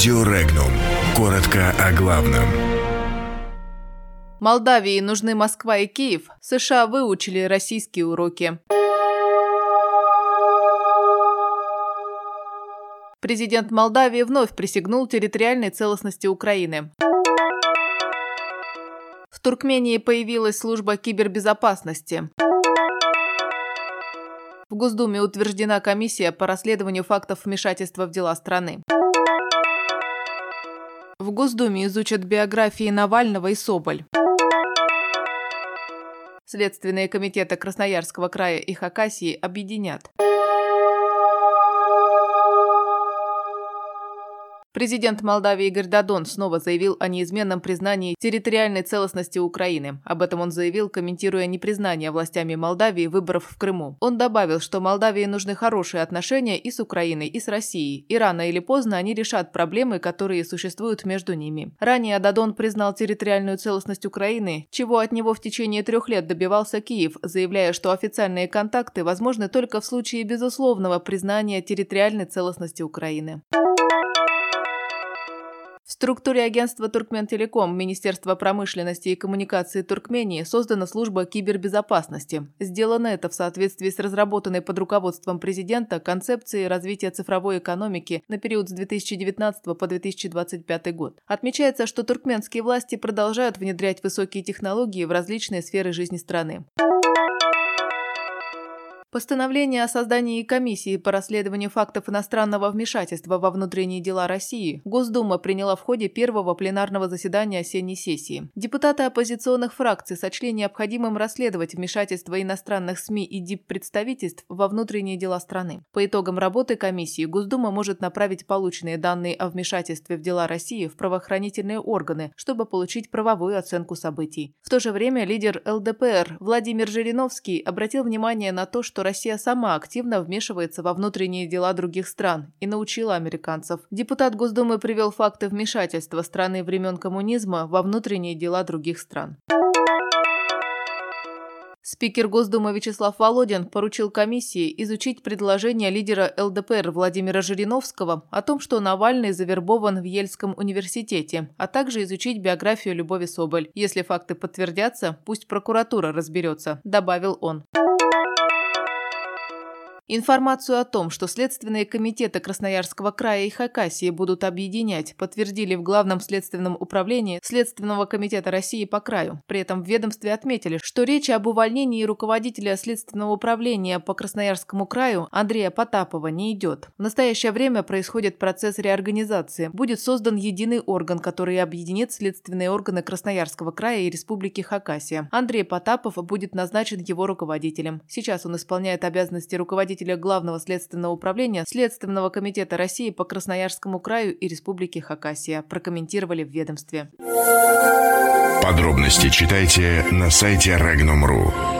Радио Регнум. Коротко о главном. Молдавии нужны Москва и Киев. США выучили российские уроки. Президент Молдавии вновь присягнул территориальной целостности Украины. В Туркмении появилась служба кибербезопасности. В Госдуме утверждена комиссия по расследованию фактов вмешательства в дела страны. В Госдуме изучат биографии Навального и Соболь. Следственные комитеты Красноярского края и Хакасии объединят. Президент Молдавии Игорь Додон снова заявил о неизменном признании территориальной целостности Украины. Об этом он заявил, комментируя непризнание властями Молдавии выборов в Крыму. Он добавил, что Молдавии нужны хорошие отношения и с Украиной, и с Россией, и рано или поздно они решат проблемы, которые существуют между ними. Ранее Додон признал территориальную целостность Украины, чего от него в течение 3 лет добивался Киев, заявляя, что официальные контакты возможны только в случае безусловного признания территориальной целостности Украины. В структуре агентства «Туркментелеком» Министерства промышленности и коммуникации Туркмении создана служба кибербезопасности. Сделано это в соответствии с разработанной под руководством президента концепцией развития цифровой экономики на период с 2019 по 2025 год. Отмечается, что туркменские власти продолжают внедрять высокие технологии в различные сферы жизни страны. Постановление о создании комиссии по расследованию фактов иностранного вмешательства во внутренние дела России Госдума приняла в ходе первого пленарного заседания осенней сессии. Депутаты оппозиционных фракций сочли необходимым расследовать вмешательство иностранных СМИ и диппредставительств во внутренние дела страны. По итогам работы комиссии Госдума может направить полученные данные о вмешательстве в дела России в правоохранительные органы, чтобы получить правовую оценку событий. В то же время лидер ЛДПР Владимир Жириновский обратил внимание на то, что Россия сама активно вмешивается во внутренние дела других стран и научила американцев. Депутат Госдумы привел факты вмешательства страны времен коммунизма во внутренние дела других стран. Спикер Госдумы Вячеслав Володин поручил комиссии изучить предложение лидера ЛДПР Владимира Жириновского о том, что Навальный завербован в Ельском университете, а также изучить биографию Любови Соболь. Если факты подтвердятся, пусть прокуратура разберется, добавил он. Информацию о том, что следственные комитеты Красноярского края и Хакасии будут объединять, подтвердили в Главном следственном управлении Следственного комитета России по краю. При этом в ведомстве отметили, что речь об увольнении руководителя Следственного управления по Красноярскому краю Андрея Потапова не идет. В настоящее время происходит процесс реорганизации. Будет создан единый орган, который объединит следственные органы Красноярского края и Республики Хакасия. Андрей Потапов будет назначен его руководителем. Сейчас он исполняет обязанности руководителя Главного следственного управления Следственного комитета России по Красноярскому краю и Республике Хакасия, прокомментировали в ведомстве. Подробности читайте на сайте Regnum.ru.